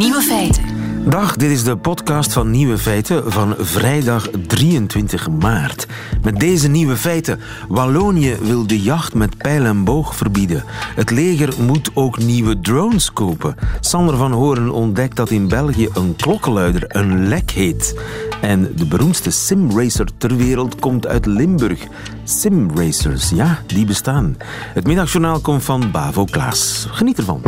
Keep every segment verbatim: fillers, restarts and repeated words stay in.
Nieuwe Feiten. Dag, dit is de podcast van Nieuwe Feiten van vrijdag drieëntwintig maart. Met deze nieuwe feiten. Wallonië wil de jacht met pijl en boog verbieden. Het leger moet ook nieuwe drones kopen. Sander van Horen ontdekt dat in België een klokkenluider een lek heet. En de beroemdste simracer ter wereld komt uit Limburg. Simracers, ja, die bestaan. Het middagjournaal komt van Bavo Klaas. Geniet ervan.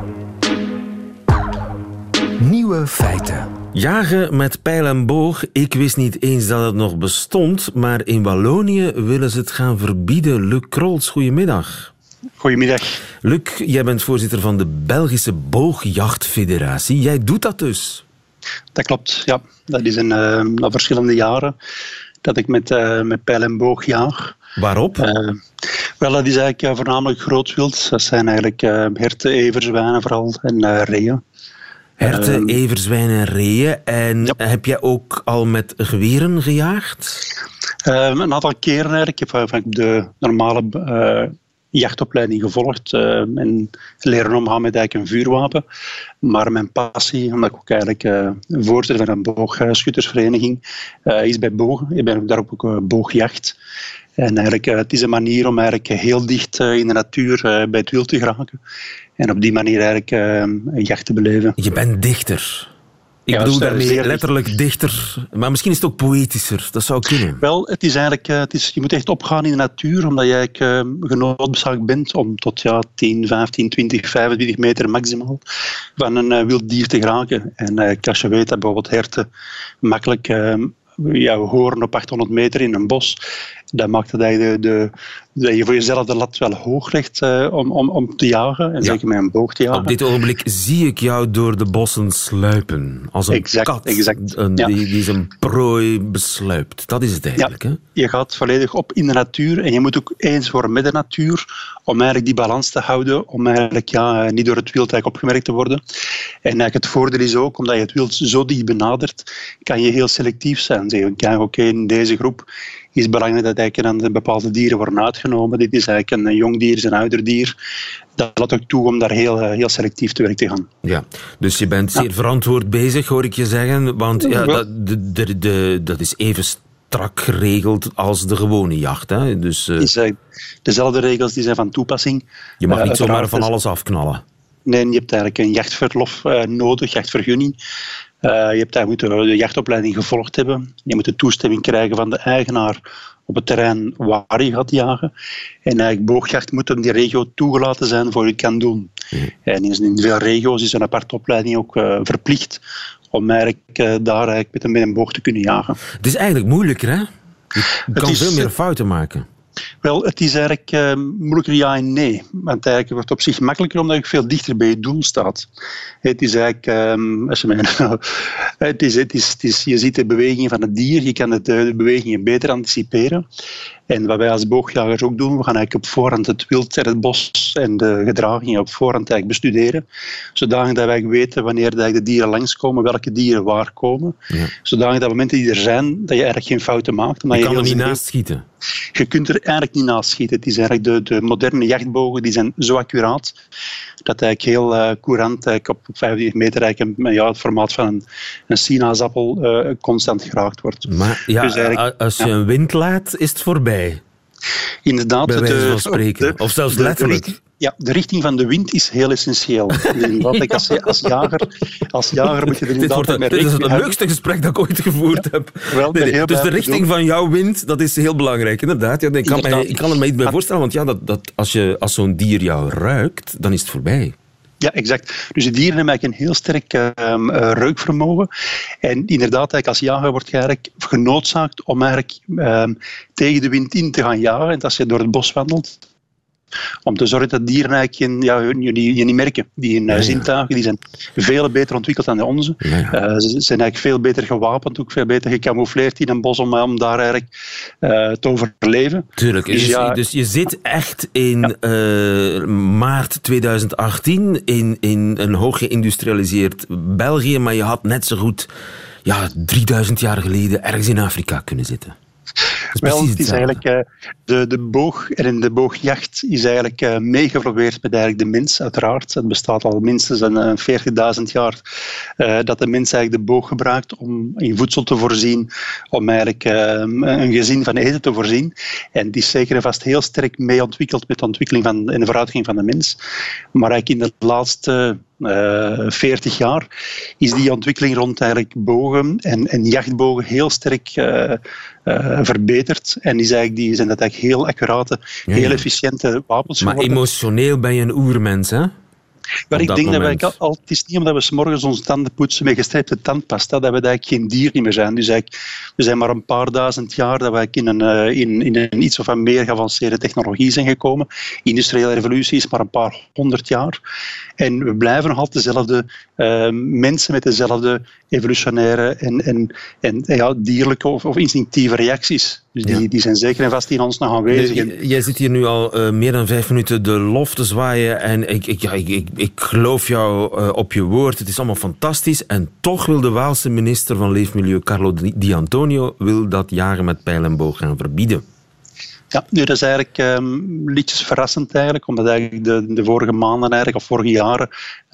Nieuwe feiten. Jagen met pijl en boog. Ik wist niet eens dat het nog bestond, maar in Wallonië willen ze het gaan verbieden. Luc Krols, goedemiddag. Goedemiddag. Luc, jij bent voorzitter van de Belgische Boogjachtfederatie. Jij doet dat dus? Dat klopt, ja. Dat is een, uh, na verschillende jaren dat ik met, uh, met pijl en boog jaag. Waarop? Uh, wel, dat is eigenlijk uh, voornamelijk groot wild. Dat zijn eigenlijk uh, herten, everzwijnen vooral en uh, reeën. Herten, uh, everzwijnen en reeën. En ja. Heb jij ook al met geweren gejaagd? Uh, een aantal keren eigenlijk. Ik heb uh, de normale uh, jachtopleiding gevolgd uh, en leren omgaan met eigenlijk een vuurwapen. Maar mijn passie, omdat ik ook eigenlijk uh, voorzitter van een boogschuttersvereniging uh, is bij bogen. Ik ben ook daarop ook uh, boogjacht. En eigenlijk, uh, het is een manier om eigenlijk heel dicht uh, in de natuur uh, bij het wild te geraken. En op die manier eigenlijk uh, een jacht te beleven. Je bent dichter. Ik ja, bedoel daarmee zeer letterlijk dichter. Maar misschien is het ook poëtischer. Dat zou kunnen. Wel, het is eigenlijk, uh, het is, je moet echt opgaan in de natuur, omdat je eigenlijk uh, genoodzaakt bent om tot ja, tien, vijftien, twintig, vijfentwintig meter maximaal van een uh, wild dier te geraken. En uh, als je weet dat bijvoorbeeld herten makkelijk uh, ja, horen op achthonderd meter in een bos, dat maakt het eigenlijk de, de, dat je voor jezelf de lat wel hoog legt uh, om, om, om te jagen. En ja. Zeker met een boog te jagen. Op dit ogenblik zie ik jou door de bossen sluipen. Als een exact, kat exact. Een, ja. die, die zijn prooi besluipt. Dat is het eigenlijk. Ja. Hè? Je gaat volledig op in de natuur. En je moet ook eens worden met de natuur. Om eigenlijk die balans te houden. Om eigenlijk ja, niet door het wild eigenlijk opgemerkt te worden. En eigenlijk het voordeel is ook, omdat je het wild zo dicht benadert, kan je heel selectief zijn. Zeggen, ja, oké, okay, in deze groep is het belangrijk dat eigenlijk dan bepaalde dieren worden uitgenomen. Dit is eigenlijk een jong dier, is een ouder dier. Dat laat ook toe om daar heel, heel selectief te werk te gaan. Ja, dus je bent zeer ja. verantwoord bezig, hoor ik je zeggen. Want ja, dat, de, de, de, dat is even strak geregeld als de gewone jacht. Hè? Dus, uh... is, uh, dezelfde regels die zijn van toepassing. Je mag uh, niet zomaar van is... alles afknallen. Nee, je hebt eigenlijk een jachtverlof uh, nodig, jachtvergunning. Uh, je hebt daar moeten de jachtopleiding gevolgd hebben. Je moet de toestemming krijgen van de eigenaar op het terrein waar je gaat jagen. En eigenlijk boogjacht moet in die regio toegelaten zijn voor je kan doen. Mm. En in veel regio's is een aparte opleiding ook uh, verplicht om eigenlijk, uh, daar eigenlijk met, een, met een boog te kunnen jagen. Het is eigenlijk moeilijker, hè? Je kan is, veel meer fouten maken. Wel, het is eigenlijk uh, moeilijker ja en nee. Want eigenlijk wordt het op zich makkelijker omdat je veel dichter bij je doel staat. Het is eigenlijk, um, als je mij, het is, het is, het is, je ziet de bewegingen van het dier, je kan het, de bewegingen beter anticiperen. En wat wij als boogjagers ook doen, we gaan eigenlijk op voorhand het wild en het bos en de gedragingen op voorhand eigenlijk bestuderen. Zodanig dat wij weten wanneer de dieren langskomen, welke dieren waar komen. Ja. Zodanig dat op momenten die er zijn, dat je eigenlijk geen fouten maakt. Je, je kan er niet naast schieten. Je kunt er eigenlijk niet naast schieten. Het is eigenlijk de, de moderne jachtbogen die zijn zo accuraat dat eigenlijk heel uh, courant eigenlijk op vijfentwintig meter eigenlijk een, ja, het formaat van een, een sinaasappel uh, constant geraakt wordt. Maar ja, dus als je ja. een wind laat, is het voorbij. Inderdaad. Bij wijze van de, spreken. De, of zelfs de, letterlijk. De, ja, de richting van de wind is heel essentieel. Want als, als, jager, als jager moet je er inderdaad dit, mee dit is het houden. leukste gesprek dat ik ooit gevoerd heb. Wel, nee, nee. Dus de richting doen. van jouw wind, dat is heel belangrijk. Inderdaad. Ja, ik, kan inderdaad. Mij, ik kan er me iets bij voorstellen, want ja, dat, dat, als, je, als zo'n dier jou ruikt, dan is het voorbij. Ja, exact. Dus de dieren hebben eigenlijk een heel sterk um, uh, reukvermogen. En inderdaad, eigenlijk als jager word je eigenlijk genoodzaakt om eigenlijk um, tegen de wind in te gaan jagen. En als je door het bos wandelt, om te zorgen dat dieren eigenlijk geen, ja, je, je, je niet merken. Die uh, ja, ja. zintuigen die zijn veel beter ontwikkeld dan de onze. Ja, ja. Uh, ze zijn eigenlijk veel beter gewapend, ook veel beter gecamoufleerd in een bos om, om daar eigenlijk uh, te overleven. Tuurlijk. Dus, ja, dus je zit echt in ja. uh, maart tweeduizend achttien in, in een hoog geïndustrialiseerd België, maar je had net zo goed ja, drieduizend jaar geleden ergens in Afrika kunnen zitten. Wel, het is eigenlijk uh, de, de boog en de boogjacht is eigenlijk uh, meegeëvolueerd met eigenlijk de mens, uiteraard. Het bestaat al minstens een uh, veertigduizend jaar uh, dat de mens eigenlijk de boog gebruikt om in voedsel te voorzien, om eigenlijk uh, een gezin van eten te voorzien. En die is zeker en vast heel sterk mee ontwikkeld met de ontwikkeling van, en de vooruitgang van de mens. Maar eigenlijk in de laatste Uh, veertig jaar is die ontwikkeling rond eigenlijk bogen en, en jachtbogen heel sterk uh, uh, verbeterd. En is eigenlijk, die zijn dat eigenlijk heel accurate, ja, heel efficiënte wapens maar geworden. Emotioneel ben je een oermens, hè? Maar ik denk moment. dat wij al, het is niet omdat we 's morgens onze tanden poetsen met gestreepte tandpasta, dat we eigenlijk geen dier niet meer zijn. Dus eigenlijk, we zijn maar een paar duizend jaar dat wij in een, in, in een iets of een meer geavanceerde technologie zijn gekomen. Industriële revolutie is maar een paar honderd jaar. En we blijven nog altijd dezelfde uh, mensen met dezelfde evolutionaire en, en, en ja, dierlijke of, of instinctieve reacties. Dus die, ja. die zijn zeker en vast in ons nog aanwezig. Nee, jij zit hier nu al uh, meer dan vijf minuten de lof te zwaaien en ik, ik, ja, ik, ik, ik geloof jou uh, op je woord. Het is allemaal fantastisch. En toch wil de Waalse minister van Leefmilieu, Carlo Di Antonio, wil dat jagen met pijl en boog gaan verbieden. Ja, nu, dat is eigenlijk um, lietjes verrassend eigenlijk, omdat eigenlijk de, de vorige maanden eigenlijk, of vorige jaren,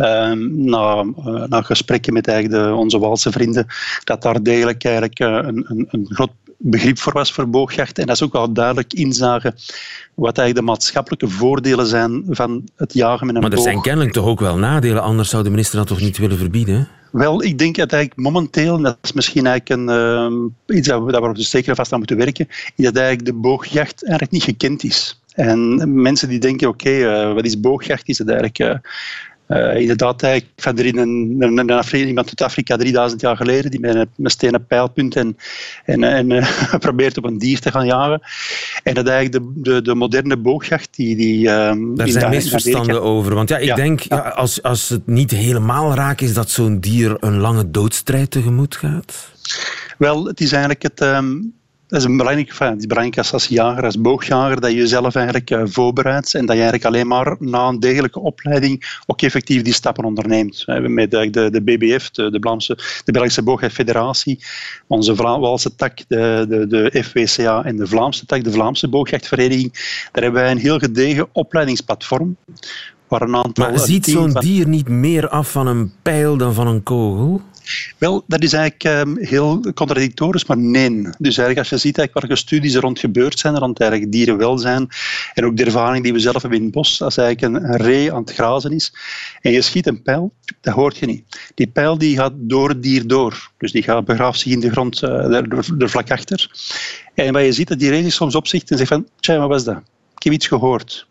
um, na, uh, na gesprekken met eigenlijk de, onze Waalse vrienden, dat daar degelijk eigenlijk uh, een, een, een groot begrip voor was voor boogjacht. En dat is ook wel duidelijk inzagen wat eigenlijk de maatschappelijke voordelen zijn van het jagen met een boog. Maar er zijn kennelijk toch ook wel nadelen, anders zou de minister dat toch niet willen verbieden, hè? Wel, ik denk dat eigenlijk momenteel, en dat is misschien eigenlijk een, uh, iets dat we, dat we dus zeker vast aan moeten werken, is dat eigenlijk de boogjacht eigenlijk niet gekend is. En mensen die denken, oké, okay, uh, wat is boogjacht? Is het eigenlijk... Uh, Uh, inderdaad, ik van er in een, een, een Afri- iemand uit Afrika drieduizend jaar geleden die met een, een stenen pijlpunt en, en, en uh, probeert op een dier te gaan jagen. En dat eigenlijk de, de, de moderne boogjacht... Die, die, uh, Daar zijn misverstanden over. Want ja, ik ja, denk, ja. Ja, als, als het niet helemaal raak is dat zo'n dier een lange doodstrijd tegemoet gaat? Wel, het is eigenlijk het... Um, Dat is een belangrijk, enfin, het is belangrijk als, als jager, als boogjager, dat je jezelf eigenlijk uh, voorbereidt en dat je eigenlijk alleen maar na een degelijke opleiding ook effectief die stappen onderneemt. We hebben met de, de, de B B F, de, de, Vlaamse, de Belgische Boogjachtfederatie, onze Waalse tak, de, de, de F W C A en de Vlaamse tak, de Vlaamse Boogjachtvereniging. Daar hebben wij een heel gedegen opleidingsplatform. Waar een aantal maar ziet zo'n van... dier niet meer af van een pijl dan van een kogel? Wel, dat is eigenlijk um, heel contradictorisch, maar nee. Dus eigenlijk als je ziet eigenlijk welke studies er rond gebeurd zijn, rond eigenlijk dierenwelzijn en ook de ervaring die we zelf hebben in het bos, als eigenlijk een, een ree aan het grazen is en je schiet een pijl, dat hoort je niet. Die pijl die gaat door het dier door. Dus die gaat begraaft zich in de grond uh, er, er vlak achter. En wat je ziet, dat die ree zich soms opzicht en zegt van, tja, wat was dat? Ik heb iets gehoord.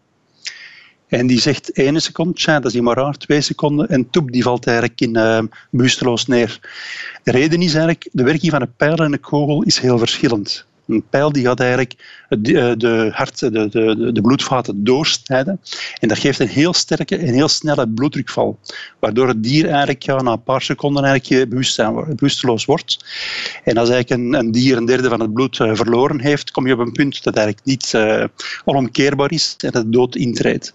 En die zegt ene seconde, tja, dat is hier maar raar, twee seconden, en toep, die valt eigenlijk in uh, bewusteloos neer. De reden is eigenlijk, de werking van een pijl en een kogel is heel verschillend. Een pijl die gaat eigenlijk de, de, hart, de, de, de bloedvaten doorsnijden. En dat geeft een heel sterke en heel snelle bloeddrukval. Waardoor het dier eigenlijk ja, na een paar seconden eigenlijk bewustzijn, bewusteloos wordt. En als eigenlijk een, een dier een derde van het bloed uh, verloren heeft, kom je op een punt dat eigenlijk niet uh, onomkeerbaar is en dat de dood intreedt.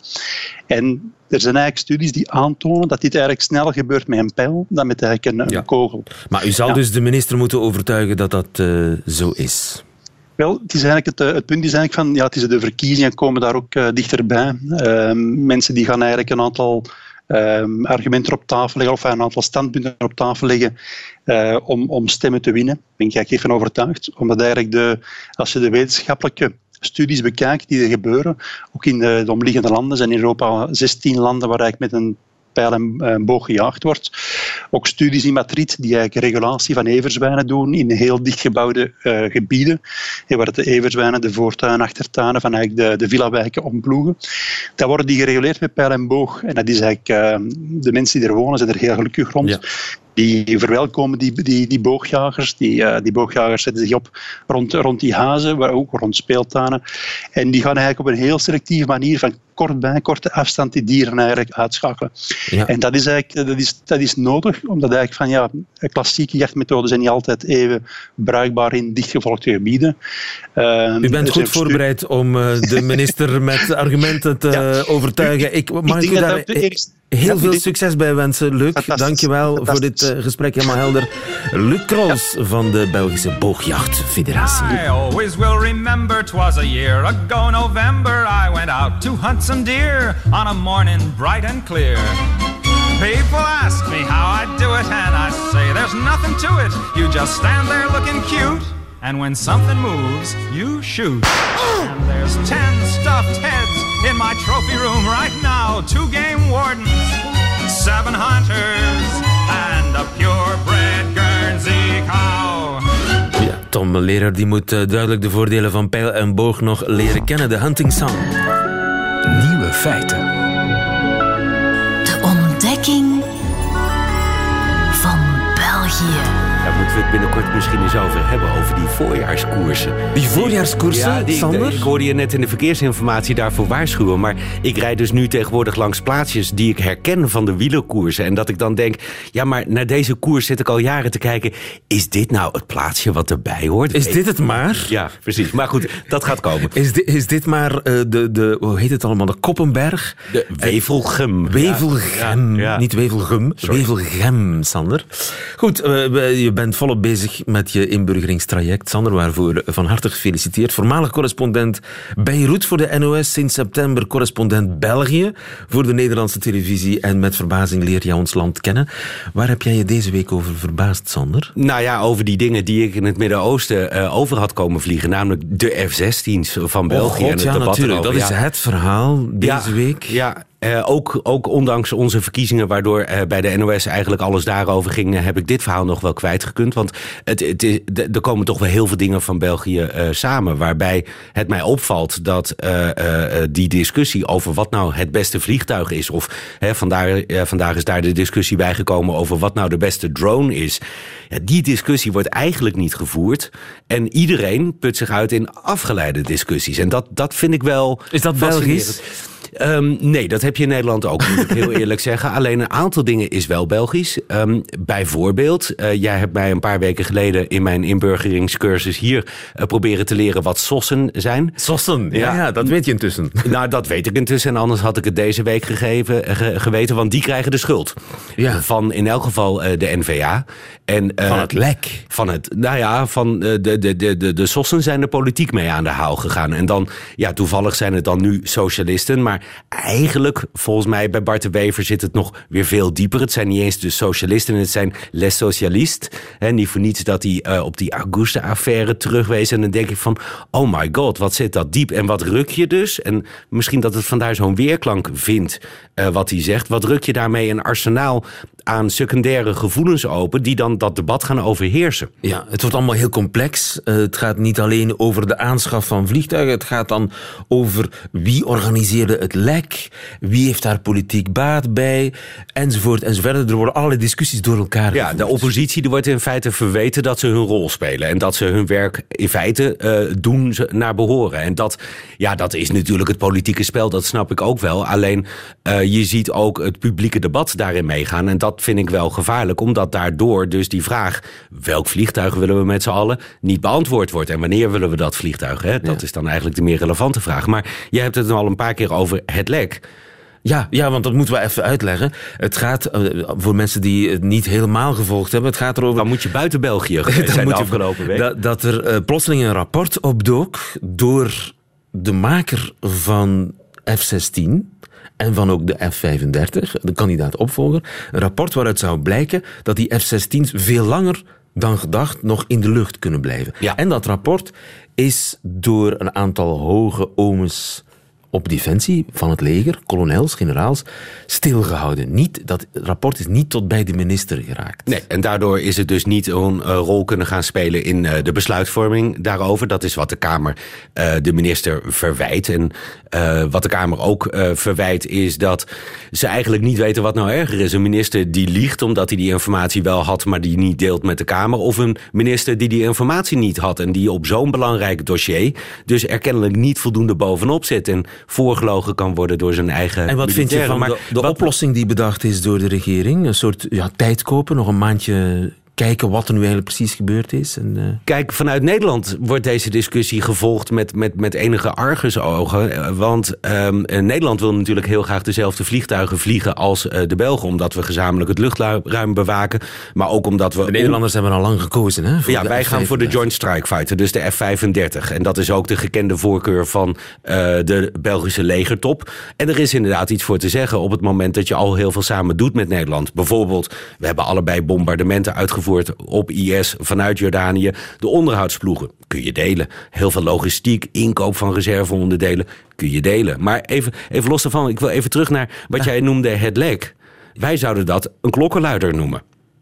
En er zijn eigenlijk studies die aantonen dat dit eigenlijk sneller gebeurt met een pijl dan met eigenlijk een, een ja. kogel. Maar u zal ja. dus de minister moeten overtuigen dat dat uh, zo is. Wel, het, is eigenlijk het, het punt is eigenlijk van, ja, het is de verkiezingen komen daar ook uh, dichterbij. Uh, mensen die gaan eigenlijk een aantal uh, argumenten op tafel leggen, of een aantal standpunten op tafel leggen uh, om, om stemmen te winnen. Daar ben ik eigenlijk van overtuigd. Omdat eigenlijk de, als je de wetenschappelijke studies bekijkt die er gebeuren, ook in de, de omliggende landen, zijn in Europa zestien landen waar eigenlijk met een pijl en uh, boog gejaagd wordt. Ook studies in Madrid die eigenlijk regulatie van everzwijnen doen in heel dichtgebouwde uh, gebieden, waar de everzwijnen de voortuinen, achtertuinen van eigenlijk de, de villawijken omploegen. Dan worden die gereguleerd met pijl en boog. En dat is eigenlijk, uh, de mensen die er wonen zijn er heel gelukkig rond. Ja. Die verwelkomen die, die, die boogjagers. Die, uh, die boogjagers zetten zich op rond, rond die huizen, maar ook rond speeltuinen. En die gaan eigenlijk op een heel selectieve manier van kort bij korte afstand die dieren eigenlijk uitschakelen. Ja. En dat is eigenlijk dat is, dat is nodig. nodig, omdat eigenlijk van ja, klassieke jachtmethoden zijn niet altijd even bruikbaar in dichtgevolgde gebieden. Uh, U bent goed voorbereid stu- om uh, de minister met argumenten te ja. overtuigen. Ik, mag ik, ik u daar eerst, heel ja, veel succes bij wensen, Luc. Dank je wel voor dit uh, gesprek, helemaal helder. Luc Krols ja. van de Belgische Boogjachtfederatie. I always will remember 'twas a year ago November I went out to hunt some deer on a morning bright and clear. People ask me how I do it and I say there's nothing to it. You just stand there looking cute and when something moves, you shoot. And there's ten stuffed heads in my trophy room right now. Two game wardens, seven hunters and a purebred Guernsey cow. Ja, Tom Lehrer die moet uh, duidelijk de voordelen van pijl en boog nog leren kennen. De hunting song. Nieuwe feiten. De ontdekking van België. Daar moeten we het binnenkort misschien eens over hebben, over die voorjaarskoersen. Die voorjaarskoersen, ja, die, Sander? Ik, ik hoorde je net in de verkeersinformatie daarvoor waarschuwen, maar ik rijd dus nu tegenwoordig langs plaatsjes die ik herken van de wielerkoersen. En dat ik dan denk, ja, maar naar deze koers zit ik al jaren te kijken. Is dit nou het plaatsje wat erbij hoort? Is dit het maar? Ja, precies. Maar goed, dat gaat komen. Is, di- is dit maar uh, de, de, hoe heet het allemaal, de Koppenberg? De Wevelgem. Wevelgem, ja, ja. niet Wevelgem. Sorry. Wevelgem, Sander. Goed, uh, je bent volop bezig met je inburgeringstraject. Sander, waarvoor van harte gefeliciteerd. Voormalig correspondent Beirut voor de N O S, sinds september correspondent België voor de Nederlandse televisie en met verbazing leer je ons land kennen. Waar heb jij je deze week over verbaasd, Sander? Nou ja, over die dingen die ik in het Midden-Oosten uh, over had komen vliegen, namelijk de F zestien's van België. Oh God, en het ja, natuurlijk. Dat is ja. het verhaal deze ja, week. Ja. Uh, ook, ook ondanks onze verkiezingen, waardoor uh, bij de N O S eigenlijk alles daarover ging, uh, heb ik dit verhaal nog wel kwijtgekund. Want het, het is, d- er komen toch wel heel veel dingen van België uh, samen. Waarbij het mij opvalt dat uh, uh, die discussie over wat nou het beste vliegtuig is. Of hè, vandaar, uh, vandaag is daar de discussie bijgekomen over wat nou de beste drone is. Ja, die discussie wordt eigenlijk niet gevoerd. En iedereen put zich uit in afgeleide discussies. En dat, dat vind ik wel. Is dat Belgisch? Um, nee, dat heb je in Nederland ook, moet ik heel eerlijk zeggen. Alleen een aantal dingen is wel Belgisch. Um, bijvoorbeeld, uh, jij hebt mij een paar weken geleden in mijn inburgeringscursus hier uh, proberen te leren wat sossen zijn. Sossen, ja, ja, ja, dat weet je intussen. Nou, dat weet ik intussen. En anders had ik het deze week gegeven, ge, geweten, want die krijgen de schuld. Ja. Van in elk geval uh, de N V A. En, uh, van het lek. Van het, nou ja, van uh, de, de, de, de, de sossen zijn de politiek mee aan de haal gegaan. En dan, ja, toevallig zijn het dan nu socialisten, maar eigenlijk, volgens mij, bij Bart de Wever zit het nog weer veel dieper. Het zijn niet eens de socialisten, het zijn les socialistes. He, niet voor niets dat hij uh, op die Auguste-affaire terugwees. En dan denk ik van, oh my god, wat zit dat diep. En wat ruk je dus? En misschien dat het vandaar zo'n weerklank vindt, uh, wat hij zegt. Wat ruk je daarmee een arsenaal aan secundaire gevoelens open die dan dat debat gaan overheersen? Ja, het wordt allemaal heel complex. Uh, het gaat niet alleen over de aanschaf van vliegtuigen. Het gaat dan over wie organiseerde het lek, wie heeft daar politiek baat bij, enzovoort, enzovoort. Er worden allerlei discussies door elkaar gevoerd. Ja, de oppositie die wordt in feite verweten dat ze hun rol spelen en dat ze hun werk in feite uh, doen naar behoren. En dat, ja, dat is natuurlijk het politieke spel, dat snap ik ook wel. Alleen, uh, je ziet ook het publieke debat daarin meegaan en dat vind ik wel gevaarlijk, omdat daardoor dus die vraag, welk vliegtuig willen we met z'n allen, niet beantwoord wordt. En wanneer willen we dat vliegtuig? Hè? Dat ja. is dan eigenlijk de meer relevante vraag. Maar je hebt het al een paar keer over het lek. Ja, ja, want dat moeten we even uitleggen. Het gaat, uh, voor mensen die het niet helemaal gevolgd hebben, het gaat erover... Dan moet je buiten België zijn de afgelopen week. Dat, dat er uh, plotseling een rapport opdook door de maker van F zestien... en van ook de F vijfendertig, de kandidaat-opvolger. Een rapport waaruit zou blijken dat die F zestien's veel langer dan gedacht nog in de lucht kunnen blijven. Ja. En dat rapport is door een aantal hoge omes op defensie van het leger, kolonels, generaals, stilgehouden. Niet, dat rapport is niet tot bij de minister geraakt. Nee, en daardoor is het dus niet een uh, rol kunnen gaan spelen in uh, de besluitvorming daarover. Dat is wat de Kamer uh, de minister verwijt. En uh, wat de Kamer ook uh, verwijt is dat ze eigenlijk niet weten wat nou erger is. Een minister die liegt omdat hij die informatie wel had, maar die niet deelt met de Kamer. Of een minister die die informatie niet had en die op zo'n belangrijk dossier dus er kennelijk niet voldoende bovenop zit. En voorgelogen kan worden door zijn eigen En wat vind je van maar de, de wat, oplossing die bedacht is door de regering? Een soort ja, tijd kopen, nog een maandje kijken wat er nu eigenlijk precies gebeurd is? En, uh... Kijk, vanuit Nederland wordt deze discussie gevolgd met, met, met enige argusogen. Want um, Nederland wil natuurlijk heel graag dezelfde vliegtuigen vliegen als uh, de Belgen. Omdat we gezamenlijk het luchtruim bewaken. Maar ook omdat we... De Nederlanders hebben al lang gekozen, hè? Ja, wij gaan voor de Joint Strike Fighter, dus de F vijfendertig. En dat is ook de gekende voorkeur van uh, de Belgische legertop. En er is inderdaad iets voor te zeggen op het moment dat je al heel veel samen doet met Nederland. Bijvoorbeeld, we hebben allebei bombardementen uitgevoerd op I S vanuit Jordanië. De onderhoudsploegen kun je delen. Heel veel logistiek, inkoop van reserveonderdelen kun je delen. Maar even, even los daarvan, ik wil even terug naar wat jij noemde het lek. Wij zouden dat een klokkenluider noemen.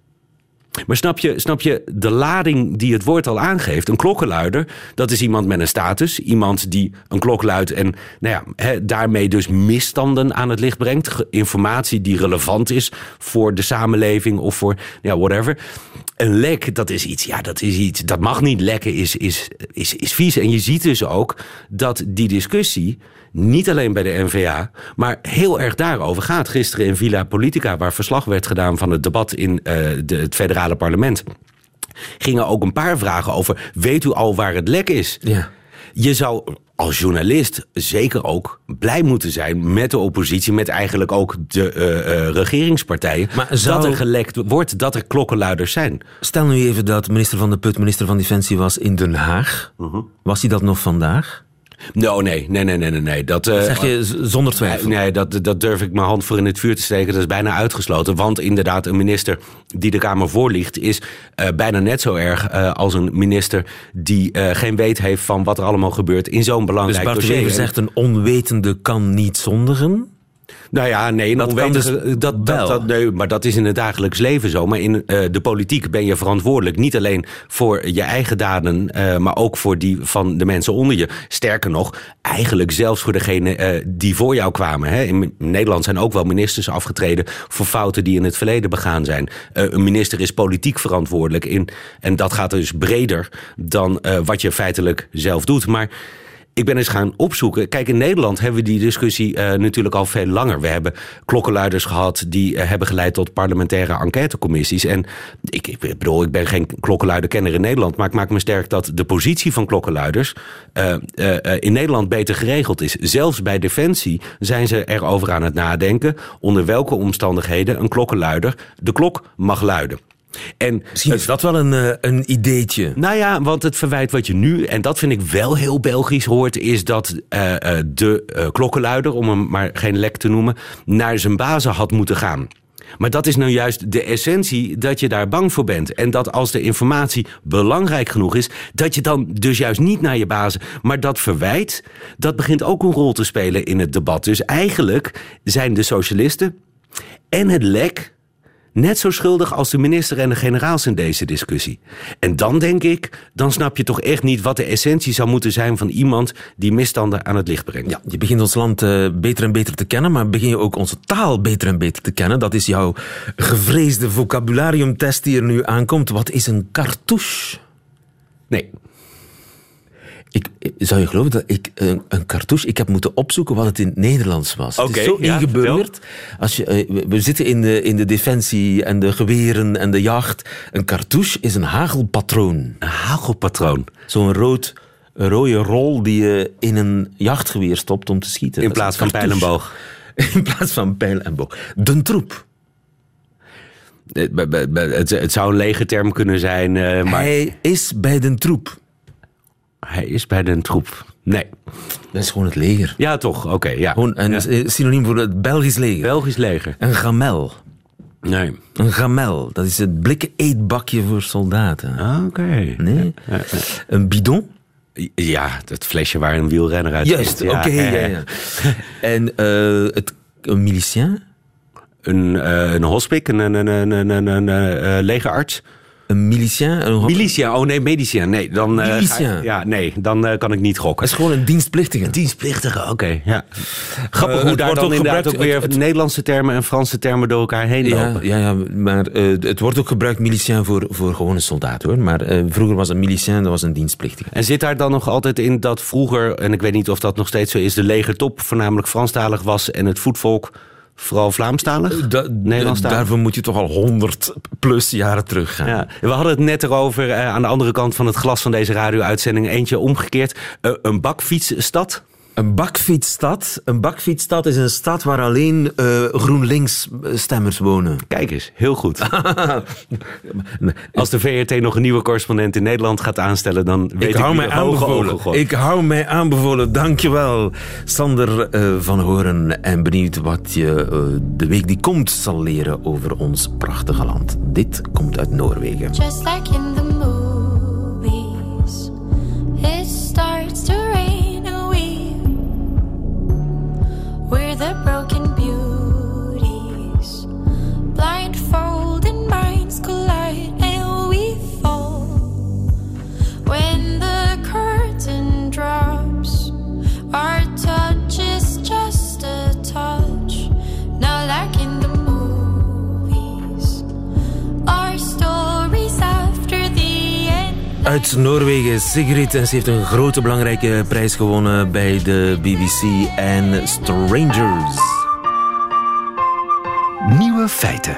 Maar snap je, snap je de lading die het woord al aangeeft? Een klokkenluider, dat is iemand met een status. Iemand die een klok luidt en nou ja, he, daarmee dus misstanden aan het licht brengt. Informatie die relevant is voor de samenleving of voor ja, whatever. Een lek, dat is iets, ja, dat is iets, dat mag niet lekken, is, is, is, is vies. En je ziet dus ook dat die discussie niet alleen bij de N V A, maar heel erg daarover gaat. Gisteren in Villa Politica, waar verslag werd gedaan van het debat in uh, de, het federale parlement, gingen ook een paar vragen over, weet u al waar het lek is? Ja. Je zou als journalist zeker ook blij moeten zijn met de oppositie, met eigenlijk ook de uh, uh, regeringspartijen, maar zou... dat er gelekt wordt, dat er klokkenluiders zijn. Stel nu even dat minister Van de Put minister van Defensie was in Den Haag. Uh-huh. Was hij dat nog vandaag? No, nee, nee, nee, nee, nee. Dat, uh, dat zeg je zonder twijfel? Nee, nee dat, dat durf ik mijn hand voor in het vuur te steken. Dat is bijna uitgesloten. Want inderdaad, een minister die de Kamer voorliegt is uh, bijna net zo erg uh, als een minister die uh, geen weet heeft van wat er allemaal gebeurt in zo'n belangrijk dossier. Dus Bart Wever zegt, een onwetende kan niet zondigen? Nou ja, nee, dat kan dus dat, dat, dat, nee, maar dat is in het dagelijks leven zo. Maar in uh, de politiek ben je verantwoordelijk niet alleen voor je eigen daden, uh, maar ook voor die van de mensen onder je. Sterker nog, eigenlijk zelfs voor degene uh, die voor jou kwamen. Hè. In Nederland zijn ook wel ministers afgetreden voor fouten die in het verleden begaan zijn. Uh, een minister is politiek verantwoordelijk in, en dat gaat dus breder dan uh, wat je feitelijk zelf doet. Maar ik ben eens gaan opzoeken. Kijk, in Nederland hebben we die discussie uh, natuurlijk al veel langer. We hebben klokkenluiders gehad die uh, hebben geleid tot parlementaire enquêtecommissies. En ik, ik bedoel, ik ben geen klokkenluiderkenner in Nederland, maar ik maak me sterk dat de positie van klokkenluiders uh, uh, uh, in Nederland beter geregeld is. Zelfs bij Defensie zijn ze erover aan het nadenken onder welke omstandigheden een klokkenluider de klok mag luiden. En misschien is dat wel een, uh, een ideetje. Nou ja, want het verwijt wat je nu, en dat vind ik wel heel Belgisch hoort, is dat uh, uh, de uh, klokkenluider, om hem maar geen lek te noemen, naar zijn bazen had moeten gaan. Maar dat is nou juist de essentie, dat je daar bang voor bent. En dat als de informatie belangrijk genoeg is, dat je dan dus juist niet naar je bazen. Maar dat verwijt, dat begint ook een rol te spelen in het debat. Dus eigenlijk zijn de socialisten en het lek net zo schuldig als de minister en de generaals in deze discussie. En dan denk ik, dan snap je toch echt niet wat de essentie zou moeten zijn van iemand die misstanden aan het licht brengt. Ja, je begint ons land uh, beter en beter te kennen, maar begin je ook onze taal beter en beter te kennen. Dat is jouw gevreesde vocabulariumtest die er nu aankomt. Wat is een cartouche? Nee. Ik, zou je geloven dat ik een, een cartouche... Ik heb moeten opzoeken wat het in het Nederlands was. Okay, het is zo ja, ingeburgerd. Als je, uh, we zitten in de, in de defensie en de geweren en de jacht. Een cartouche is een hagelpatroon. Een hagelpatroon? Zo'n rood, een rode rol die je in een jachtgeweer stopt om te schieten. In plaats van pijl en boog. In plaats van pijl en boog. De troep. Het, het zou een legerterm kunnen zijn, uh, maar... Hij is bij de troep. Hij is bij de troep. Nee. Dat is gewoon het leger. Ja, toch? Oké, okay, ja. Gewoon een ja. synoniem voor het Belgisch leger. Belgisch leger. Een gamel. Nee. Een gamel. Dat is het blikken eetbakje voor soldaten. Oké. Okay. Nee. Ja, ja. Een bidon. Ja, het flesje waar een wielrenner uit Juist, oké. Okay, ja, ja, ja. En uh, het, een milicien. Een, uh, een hospik, een, een, een, een, een, een uh, legerarts. Een milicien? Een... Militia, oh nee, medicien. Nee, dan, uh, Milicien. ga ik, ja, nee, dan uh, kan ik niet gokken. Dat is gewoon een dienstplichtige. Een dienstplichtige, oké. Okay, ja. Grappig Uh, hoe het daar wordt dan ook inderdaad ook gebruikt- weer het- het- Nederlandse termen en Franse termen door elkaar heen Ja, lopen. ja, ja, maar uh, het wordt ook gebruikt milicien voor, voor gewone soldaten, hoor. Maar uh, vroeger was een milicien, dat was een dienstplichtige. En zit daar dan nog altijd in dat vroeger, en ik weet niet of dat nog steeds zo is, de legertop voornamelijk Franstalig was en het voetvolk vooral Vlaamstalig? Da- Nederlandstalig? Daarvoor moet je toch al honderd plus jaren teruggaan. Ja, we hadden het net erover uh, aan de andere kant van het glas van deze radio-uitzending. Eentje omgekeerd. Uh, een bakfietsstad. Een bakfietsstad. Een bakfietsstad is een stad waar alleen uh, GroenLinks-stemmers wonen. Kijk eens, heel goed. Als de V R T nog een nieuwe correspondent in Nederland gaat aanstellen, dan weet ik, ik hou wie mij er hoge aanbevolen. ogen gooit. Ik hou mij aanbevolen. Dankjewel, Sander uh, van Horen. En benieuwd wat je uh, de week die komt zal leren over ons prachtige land. Dit komt uit Noorwegen. Just like in the movies, it starts to rain and we, we're the broken beauties, blindfolded minds collide and we fall. When the curtain drops, our touch is just a touch, not like in the movies. Our stories after the end. Uit Noorwegen, Sigrid. En ze heeft een grote belangrijke prijs gewonnen bij de B B C en Strangers. Nieuwe feiten.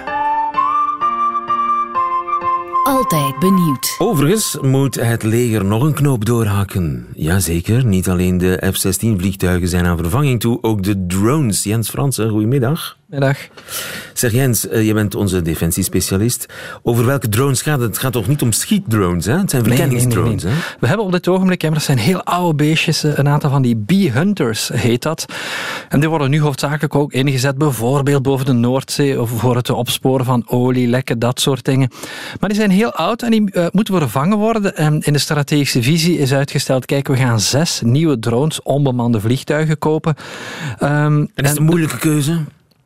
Altijd benieuwd. Overigens moet het leger nog een knoop doorhakken. Jazeker, niet alleen de F zestien vliegtuigen zijn aan vervanging toe, ook de drones. Jens Fransen, goedemiddag. Middag. Zeg Jens, uh, je bent onze defensiespecialist. Over welke drones gaat het? Het gaat toch niet om schietdrones, hè? Het zijn Nee, nee, nee, verkenningsdrones, nee. hè? We hebben op dit ogenblik, ja, maar dat zijn heel oude beestjes, een aantal van die bee-hunters heet dat. En die worden nu hoofdzakelijk ook ingezet, bijvoorbeeld boven de Noordzee, of voor het opsporen van olie, lekken, dat soort dingen. Maar die zijn heel oud en die uh, moeten vervangen worden. En in de strategische visie is uitgesteld, kijk, we gaan zes nieuwe drones, onbemande vliegtuigen kopen. Um, En is het een moeilijke keuze?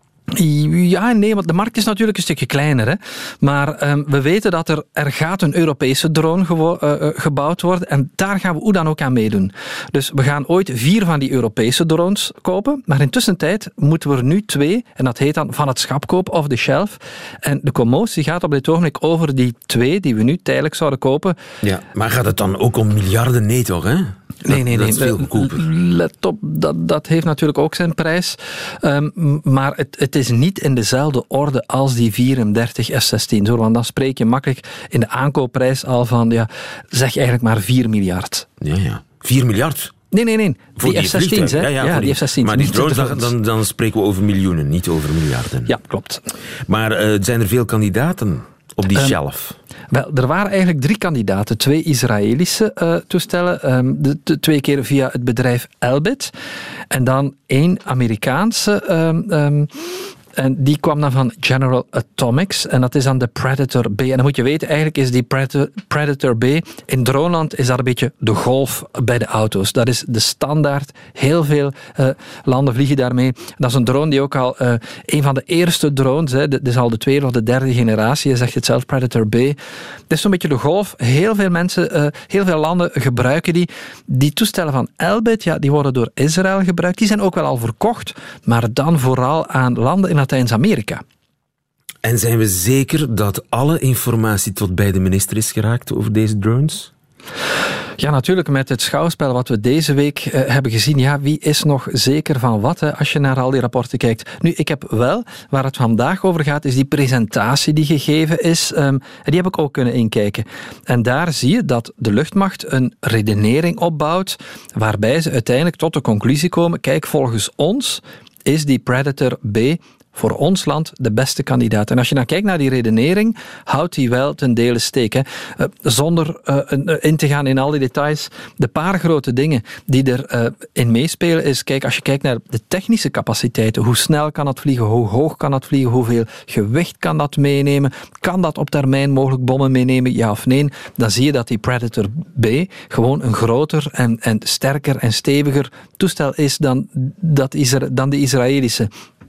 Ja, nee, want de markt is natuurlijk een stukje kleiner. Hè. Maar um, we weten dat er, er gaat een Europese drone gewo- uh, gebouwd worden en daar gaan we hoe dan ook aan meedoen. Dus we gaan ooit vier van die Europese drones kopen, maar intussen tijd moeten we er nu twee, en dat heet dan van het schap kopen, off the shelf. En de commotie gaat op dit ogenblik over die twee die we nu tijdelijk zouden kopen. Ja, maar gaat het dan ook om miljarden? Nee, toch, hè? Dat, Nee, nee, nee. Dat is veel goedkoper. Let op, dat, dat heeft natuurlijk ook zijn prijs. Um, maar het, het is niet in dezelfde orde als die vierendertig F zestien. Zo, want dan spreek je makkelijk in de aankoopprijs al van, ja, zeg eigenlijk maar vier miljard. Ja, ja. vier miljard? Nee, nee, nee. Voor die die F zestien's, hè? vliegtuigen. Ja, ja, voor die F zestien's. Maar die niet de drones, dan, dan, dan spreken we over miljoenen, niet over miljarden. Ja, klopt. Maar uh, zijn er veel kandidaten op die Um, shelf? Wel, er waren eigenlijk drie kandidaten. Twee Israëlische uh, toestellen, um, de, de, twee keer via het bedrijf Elbit. En dan één Amerikaanse. Um, um, En die kwam dan van General Atomics. En dat is dan de Predator B. En dan moet je weten, eigenlijk is die Predator, Predator B... In droneland is dat een beetje de Golf bij de auto's. Dat is de standaard. Heel veel uh, landen vliegen daarmee. Dat is een drone die ook al... Uh, een van de eerste drones, hè, dit is al de tweede of de derde generatie. Je zegt het zelf, Predator B. Dat is zo'n beetje de Golf. Heel veel mensen, uh, heel veel landen gebruiken die. Die toestellen van Elbit, ja, die worden door Israël gebruikt. Die zijn ook wel al verkocht. Maar dan vooral aan landen in Latijns-Amerika. En zijn we zeker dat alle informatie tot bij de minister is geraakt over deze drones? Ja, natuurlijk met het schouwspel wat we deze week uh, hebben gezien. Ja, wie is nog zeker van wat, hè, als je naar al die rapporten kijkt. Nu, ik heb wel, waar het vandaag over gaat, is die presentatie die gegeven is. Um, en die heb ik ook kunnen inkijken. En daar zie je dat de luchtmacht een redenering opbouwt, waarbij ze uiteindelijk tot de conclusie komen, kijk, volgens ons is die Predator B voor ons land de beste kandidaat. En als je dan kijkt naar die redenering, houdt die wel ten dele steek. Hè. Uh, zonder uh, in te gaan in al die details, de paar grote dingen die erin uh, in meespelen is, kijk, als je kijkt naar de technische capaciteiten, hoe snel kan dat vliegen, hoe hoog kan dat vliegen, hoeveel gewicht kan dat meenemen, kan dat op termijn mogelijk bommen meenemen, ja of nee, dan zie je dat die Predator B gewoon een groter en, en sterker en steviger toestel is dan, dat Isra- dan de Israëlische.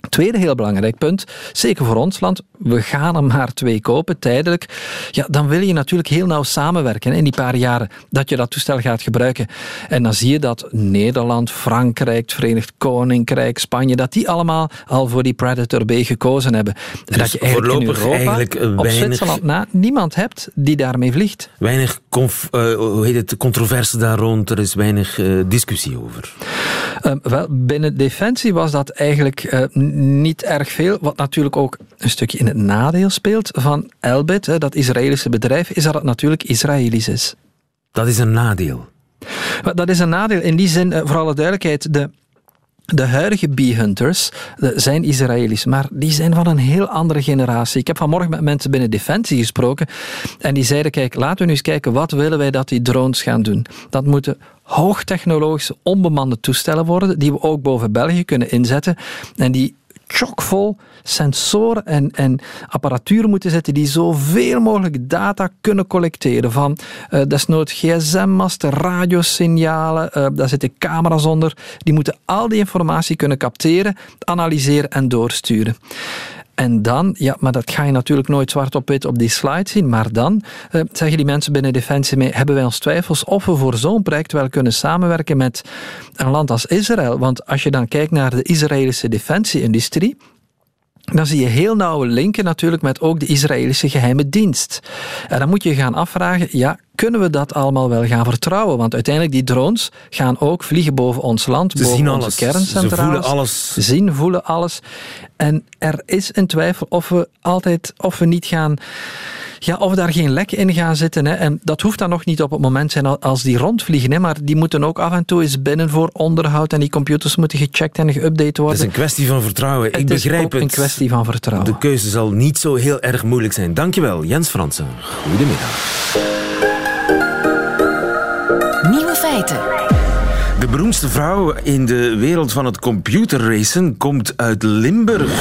Tweede heel belangrijk punt, zeker voor ons land, we gaan er maar twee kopen, tijdelijk. Ja, dan wil je natuurlijk heel nauw samenwerken in die paar jaren dat je dat toestel gaat gebruiken. En dan zie je dat Nederland, Frankrijk, het Verenigd Koninkrijk, Spanje, dat die allemaal al voor die Predator B gekozen hebben. En Dus dat je eigenlijk in Europa, eigenlijk op weinig, Zwitserland na, niemand hebt die daarmee vliegt. weinig conf, uh, hoe heet het, controverse daar rond, er is weinig uh, discussie over. Um, wel, binnen Defensie was dat eigenlijk uh, niet erg veel. Wat natuurlijk ook een stukje in het nadeel speelt van Elbit, hè, dat Israëlische bedrijf, is dat het natuurlijk Israëlisch is. Dat is een nadeel. Maar dat is een nadeel in die zin, uh, voor alle duidelijkheid, de... De huidige bee-hunters zijn Israëli's, maar die zijn van een heel andere generatie. Ik heb vanmorgen met mensen binnen Defensie gesproken en die zeiden, kijk, laten we nu eens kijken, wat willen wij dat die drones gaan doen? Dat moeten hoogtechnologische, onbemande toestellen worden, die we ook boven België kunnen inzetten en die chockvol sensoren en, en apparatuur moeten zetten die zoveel mogelijk data kunnen collecteren van uh, desnoods G S M-masten, radiosignalen, uh, daar zitten camera's onder. Die moeten al die informatie kunnen capteren, analyseren en doorsturen. En dan, ja, maar dat ga je natuurlijk nooit zwart op wit op die slide zien, maar dan uh, zeggen die mensen binnen Defensie mee, hebben wij ons twijfels of we voor zo'n project wel kunnen samenwerken met een land als Israël. Want als je dan kijkt naar de Israëlische defensie-industrie, dan zie je heel nauwe linken natuurlijk met ook de Israëlische geheime dienst. En dan moet je gaan afvragen, ja, kunnen we dat allemaal wel gaan vertrouwen? Want uiteindelijk, die drones gaan ook vliegen boven ons land, Ze boven zien onze alles. kerncentrales. Ze voelen alles. Zien, voelen alles. En er is een twijfel of we altijd, of we niet gaan... Ja, of daar geen lek in gaan zitten. Hè. En dat hoeft dan nog niet op het moment zijn als die rondvliegen. Hè. Maar die moeten ook af en toe eens binnen voor onderhoud. En die computers moeten gecheckt en geüpdate worden. Het is een kwestie van vertrouwen. Het Ik begrijp is ook het. een kwestie van vertrouwen. De keuze zal niet zo heel erg moeilijk zijn. Dankjewel, Jens Fransen. Goedemiddag. Nieuwe feiten. De beroemdste vrouw in de wereld van het computerracen komt uit Limburg.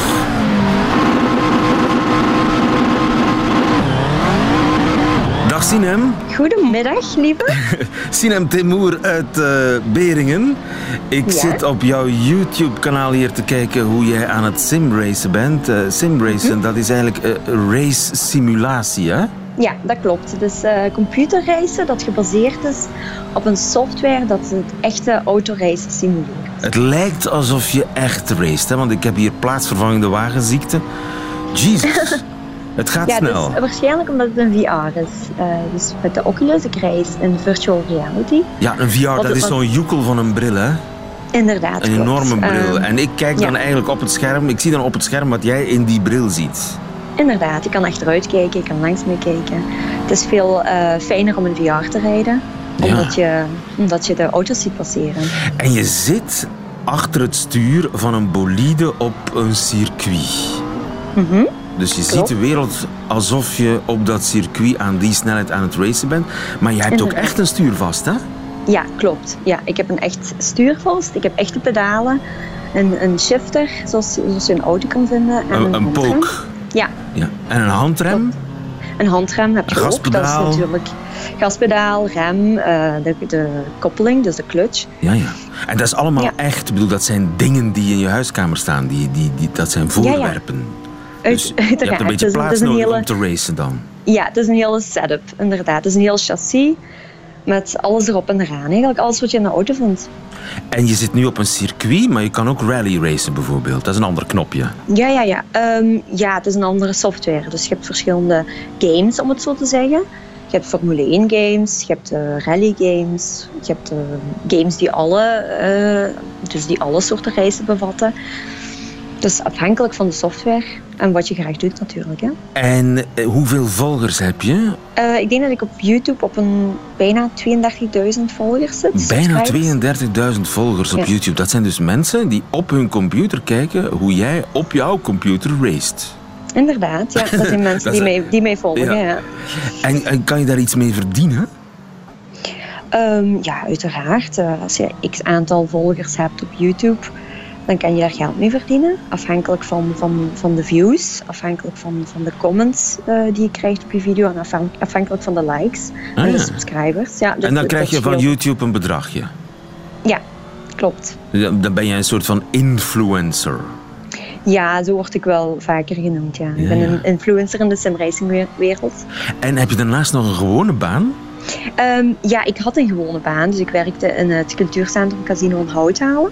Dag Sinem. Goedemiddag, lieve. Sinem Temoer uit uh, Beringen. Ik Ja. zit op jouw YouTube-kanaal hier te kijken hoe jij aan het simracen bent. Uh, simracen, hm? dat is eigenlijk uh, race simulatie, hè? Ja, dat klopt. Het is uh, computerracen dat gebaseerd is op een software dat het echte autoracen simuleert. Het lijkt alsof je echt racet, hè? Want ik heb hier plaatsvervangende wagenziekte. Jezus. Het gaat ja, snel. Dus waarschijnlijk omdat het een V R is. Uh, dus met de Oculus, ik reis in virtual reality. Ja, een V R, Wat dat is wat... zo'n joekel van een bril, hè? Inderdaad, Een klopt. enorme bril. Um, en ik kijk dan ja. eigenlijk op het scherm, ik zie dan op het scherm wat jij in die bril ziet. Inderdaad, je kan achteruit kijken, je kan langs mee kijken. Het is veel uh, fijner om een V R te rijden, Ja. omdat, je, omdat je de auto's ziet passeren. En je zit achter het stuur van een bolide op een circuit. Mm-hmm. Dus je Klopt. ziet de wereld alsof je op dat circuit aan die snelheid aan het racen bent. Maar je hebt ook Inderdaad. echt een stuur vast, hè? Ja, klopt. Ja, ik heb een echt stuur vast. Ik heb echte pedalen. Een, een shifter, zoals, zoals je een auto kan vinden. En Een, een, een handrem. pook. Ja, Ja. En een handrem. een handrem heb je Een ook. gaspedaal. Dat is natuurlijk gaspedaal, rem, uh, de, de koppeling, dus de clutch. Ja, ja. En dat is allemaal Ja. echt. Ik bedoel, dat zijn dingen die in je huiskamer staan. Die, die, die, dat zijn voorwerpen. Uit, Dus je hebt uiteraard. een beetje Dus het plaats is een nodig hele, om te racen dan. ja, het is een hele setup, inderdaad. Het is een heel chassis met alles erop en eraan. Eigenlijk alles wat je in de auto vindt. En je zit nu op een circuit, maar je kan ook rally racen bijvoorbeeld. Dat is een ander knopje. Ja, ja, ja. Um, ja, het is een andere software. Dus je hebt verschillende games, om het zo te zeggen. Je hebt Formule één games, je hebt uh, rally games, je hebt uh, games die alle, uh, dus die alle soorten racen bevatten. Dus afhankelijk van de software en wat je graag doet natuurlijk. Hè. En eh, hoeveel volgers heb je? Uh, ik denk dat ik op YouTube op een bijna tweeëndertigduizend volgers zit. Bijna subscribers. tweeëndertigduizend volgers op Ja. YouTube. Dat zijn dus mensen die op hun computer kijken hoe jij op jouw computer racet. Inderdaad, ja. Dat zijn mensen Dat die, is- mij, die mij volgen. Ja. Ja. En, en kan je daar iets mee verdienen? Um, ja, uiteraard. Uh, als je x aantal volgers hebt op YouTube, dan kan je daar geld mee verdienen. Afhankelijk van, van, van de views, afhankelijk van, van de comments uh, die je krijgt op je video en afhan- afhankelijk van de likes Ah, en de ja. subscribers. Ja, dus En dan het- krijg het je van verschilt. YouTube een bedragje. Ja, klopt. Dan ben je een soort van influencer. Ja, zo word ik wel vaker genoemd, ja. Ik Ja, ben ja. een influencer in de simracing-wereld. En heb je daarnaast nog een gewone baan? Um, ja, ik had een gewone baan, dus ik werkte in het cultuurcentrum Casino in Houthalen.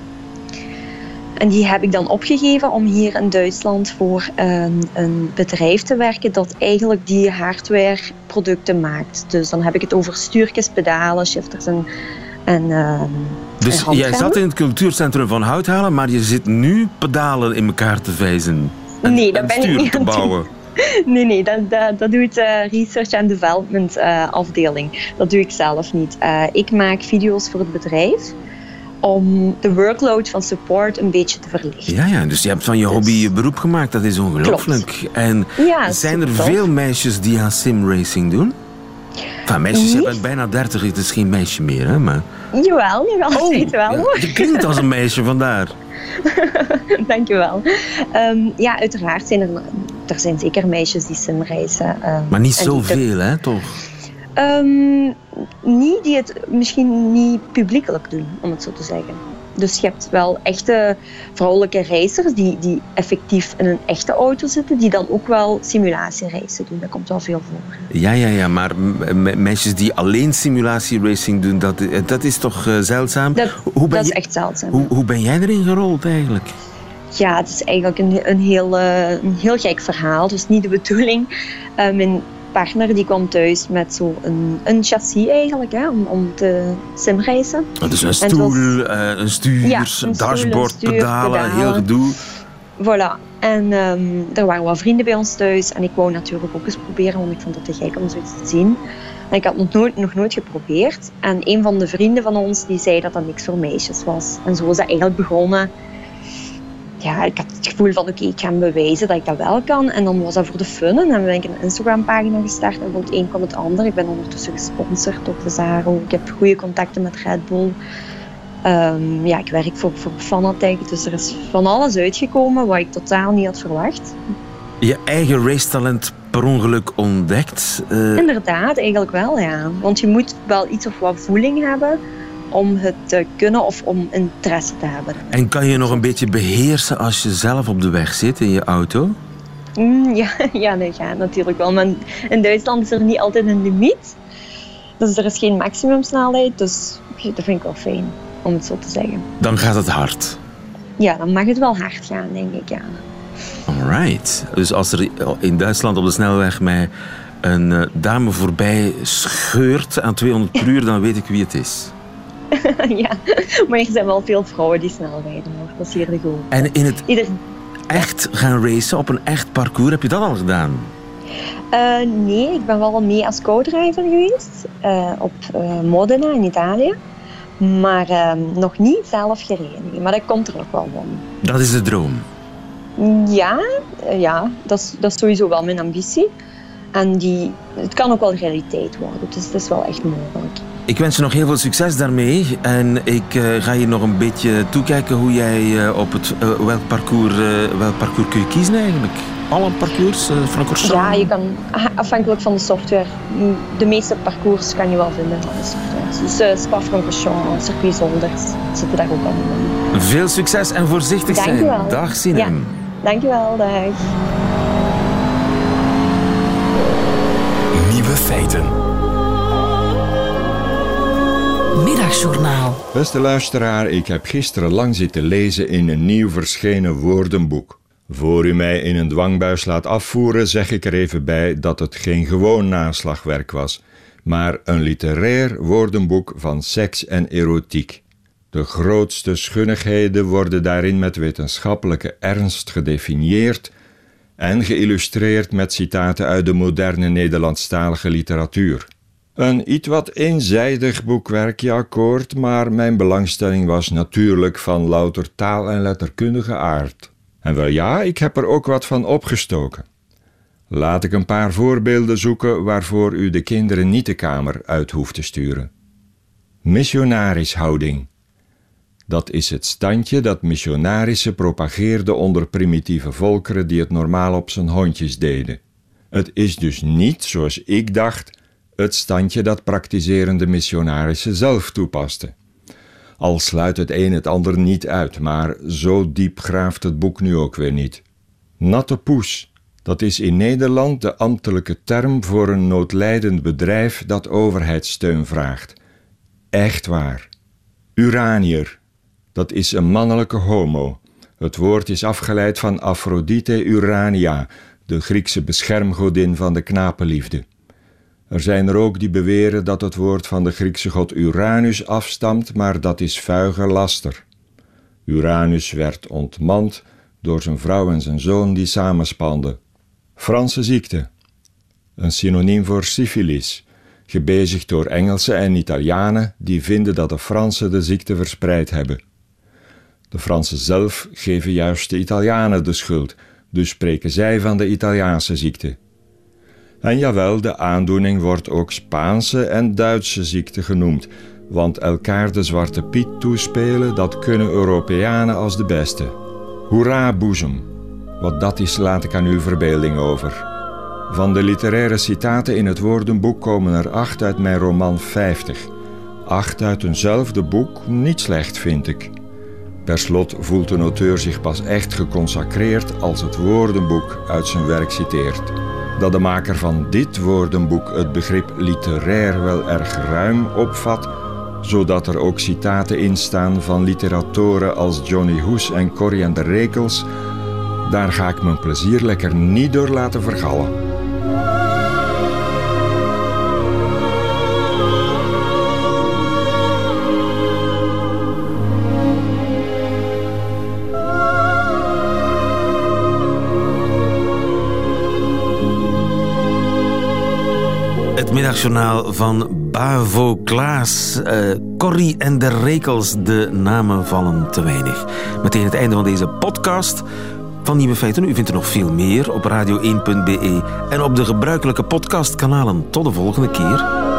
En die heb ik dan opgegeven om hier in Duitsland voor um, een bedrijf te werken dat eigenlijk die hardwareproducten maakt. Dus dan heb ik het over stuurtjes, pedalen, shifters en, en um, Dus en jij zat in het cultuurcentrum van Houthalen, maar je zit nu pedalen in elkaar te vijzen. En, Nee, dat en ben ik sturen niet te aan het doen. bouwen. Nee, nee, dat, dat, dat doet de Research and Development uh, afdeling. Dat doe ik zelf niet. Uh, ik maak video's voor het bedrijf om de workload van support een beetje te verlichten. Ja, ja, dus je hebt van je hobby je beroep gemaakt. Dat is ongelooflijk. En Ja, zijn er supertof. veel meisjes die aan simracing doen? Enfin, meisjes, je Niet. bent bijna dertig, het is geen meisje meer, hè? Maar... Jawel, nog altijd wel. ja, je klinkt als een meisje, vandaar. Dankjewel. Um, ja, uiteraard zijn er, er zijn zeker meisjes die simracen. Um, Maar niet en die zoveel, hè, toch? Um, niet die het misschien niet publiekelijk doen, om het zo te zeggen. Dus je hebt wel echte vrouwelijke racers die, die effectief in een echte auto zitten, die dan ook wel simulatieracen doen. Dat komt wel veel voor. Ja, ja, ja, maar m- me- meisjes die alleen simulatieracing doen, dat, dat is toch uh, zeldzaam? Dat, hoe ben dat is je- echt zeldzaam. Hoe, hoe ben jij erin gerold eigenlijk? Ja, het is eigenlijk een, een, heel, uh, een heel gek verhaal. Dus niet de bedoeling. Uh, mijn partner die kwam thuis met zo'n een, een chassis eigenlijk, hè, om, om te simracen. Dus een En het stoel, was- uh, een stuur, Ja, een een stoel, dashboard, een stuur, pedalen, een heel pedalen. gedoe. Voilà. En um, er waren wat vrienden bij ons thuis. En ik wou natuurlijk ook eens proberen, want ik vond het te gek om zoiets te zien. En ik had nog nooit, nog nooit geprobeerd. En een van de vrienden van ons die zei dat dat niks voor meisjes was. En zo is dat eigenlijk begonnen. Ja, ik had het gevoel van oké, okay, ik ga hem bewijzen dat ik dat wel kan. En dan was dat voor de fun. En dan ben ik een Instagram-pagina gestart. En van het een kwam het ander. Ik ben ondertussen gesponsord door Vazaro. Ik heb goede contacten met Red Bull. Um, ja, ik werk voor, voor Fanatec. Dus er is van alles uitgekomen wat ik totaal niet had verwacht. Je eigen racetalent per ongeluk ontdekt. Uh, Inderdaad, eigenlijk wel, ja. Want je moet wel iets of wat voeling hebben om het te kunnen of om interesse te hebben. En kan je nog een beetje beheersen als je zelf op de weg zit in je auto? Mm, ja, ja, dat gaat natuurlijk wel. Maar in Duitsland is er niet altijd een limiet. Dus er is geen maximumsnelheid. Dus dat vind ik wel fijn, om het zo te zeggen. Dan gaat het hard. Ja, dan mag het wel hard gaan, denk ik, ja. Alright. Dus als er in Duitsland op de snelweg mij een uh, dame voorbij scheurt aan tweehonderd per uur, dan weet ik wie het is. Ja, maar er zijn wel veel vrouwen die snel rijden, hoor. Dat is hier de goal. En in het Ieder... echt gaan racen op een echt parcours, heb je dat al gedaan? Uh, nee, ik ben wel mee als co-driver geweest uh, op uh, Modena in Italië. Maar uh, nog niet zelf gereden. Maar dat komt er ook wel van. Dat is de droom. Ja, uh, ja dat, is, dat is sowieso wel mijn ambitie. En die, het kan ook wel realiteit worden. Dus het is wel echt mogelijk. Ik wens je nog heel veel succes daarmee. En ik uh, ga je nog een beetje toekijken hoe jij uh, op het... Uh, welk, parcours, uh, welk parcours kun je kiezen eigenlijk? Alle parcours? Uh, Francorchamps? Ja, je kan afhankelijk van de software. De meeste parcours kan je wel vinden van de software. Dus uh, Spa-Francorchamps, Circuit Zolder zitten daar ook allemaal in. Veel succes en voorzichtig Dank zijn. je wel. Dag Sinem. Ja. Dankjewel, dag. Nieuwe feiten. Middagjournaal. Beste luisteraar, ik heb gisteren lang zitten lezen in een nieuw verschenen woordenboek. Voor u mij in een dwangbuis laat afvoeren, zeg ik er even bij dat het geen gewoon naslagwerk was, maar een literair woordenboek van seks en erotiek. De grootste schunnigheden worden daarin met wetenschappelijke ernst gedefinieerd en geïllustreerd met citaten uit de moderne Nederlandstalige literatuur. Een iets wat eenzijdig boekwerkje akkoord, maar mijn belangstelling was natuurlijk van louter taal- en letterkundige aard. En wel ja, ik heb er ook wat van opgestoken. Laat ik een paar voorbeelden zoeken waarvoor u de kinderen niet de kamer uit hoeft te sturen. Missionarishouding. Dat is het standje dat missionarissen propageerden onder primitieve volkeren die het normaal op zijn hondjes deden. Het is dus niet, zoals ik dacht, het standje dat praktiserende missionarissen zelf toepasten. Al sluit het een het ander niet uit, maar zo diep graaft het boek nu ook weer niet. Natte poes, dat is in Nederland de ambtelijke term voor een noodlijdend bedrijf dat overheidssteun vraagt. Echt waar. Uranier, dat is een mannelijke homo. Het woord is afgeleid van Aphrodite Urania, de Griekse beschermgodin van de knapenliefde. Er zijn er ook die beweren dat het woord van de Griekse god Uranus afstamt, maar dat is vuige laster. Uranus werd ontmand door zijn vrouw en zijn zoon die samenspanden. Franse ziekte, een synoniem voor syfilis, gebezigd door Engelsen en Italianen die vinden dat de Fransen de ziekte verspreid hebben. De Fransen zelf geven juist de Italianen de schuld, dus spreken zij van de Italiaanse ziekte. En jawel, de aandoening wordt ook Spaanse en Duitse ziekte genoemd, want elkaar de zwarte piet toespelen, dat kunnen Europeanen als de beste. Hoera boezem, wat dat is laat ik aan uw verbeelding over. Van de literaire citaten in het woordenboek komen er acht uit mijn roman vijftig. Acht uit eenzelfde boek, niet slecht vind ik. Per slot voelt een auteur zich pas echt geconsacreerd als het woordenboek uit zijn werk citeert. Dat de maker van dit woordenboek het begrip literair wel erg ruim opvat, zodat er ook citaten in staan van literatoren als Johnny Hoes en Corrie en de Rekels, daar ga ik mijn plezier lekker niet door laten vergallen. Het middagjournaal van Bavo Klaas. Uh, Corrie en de Rekels, de namen vallen te weinig. Meteen het einde van deze podcast van Nieuwe Feiten. U vindt er nog veel meer op radio één punt be en op de gebruikelijke podcastkanalen. Tot de volgende keer.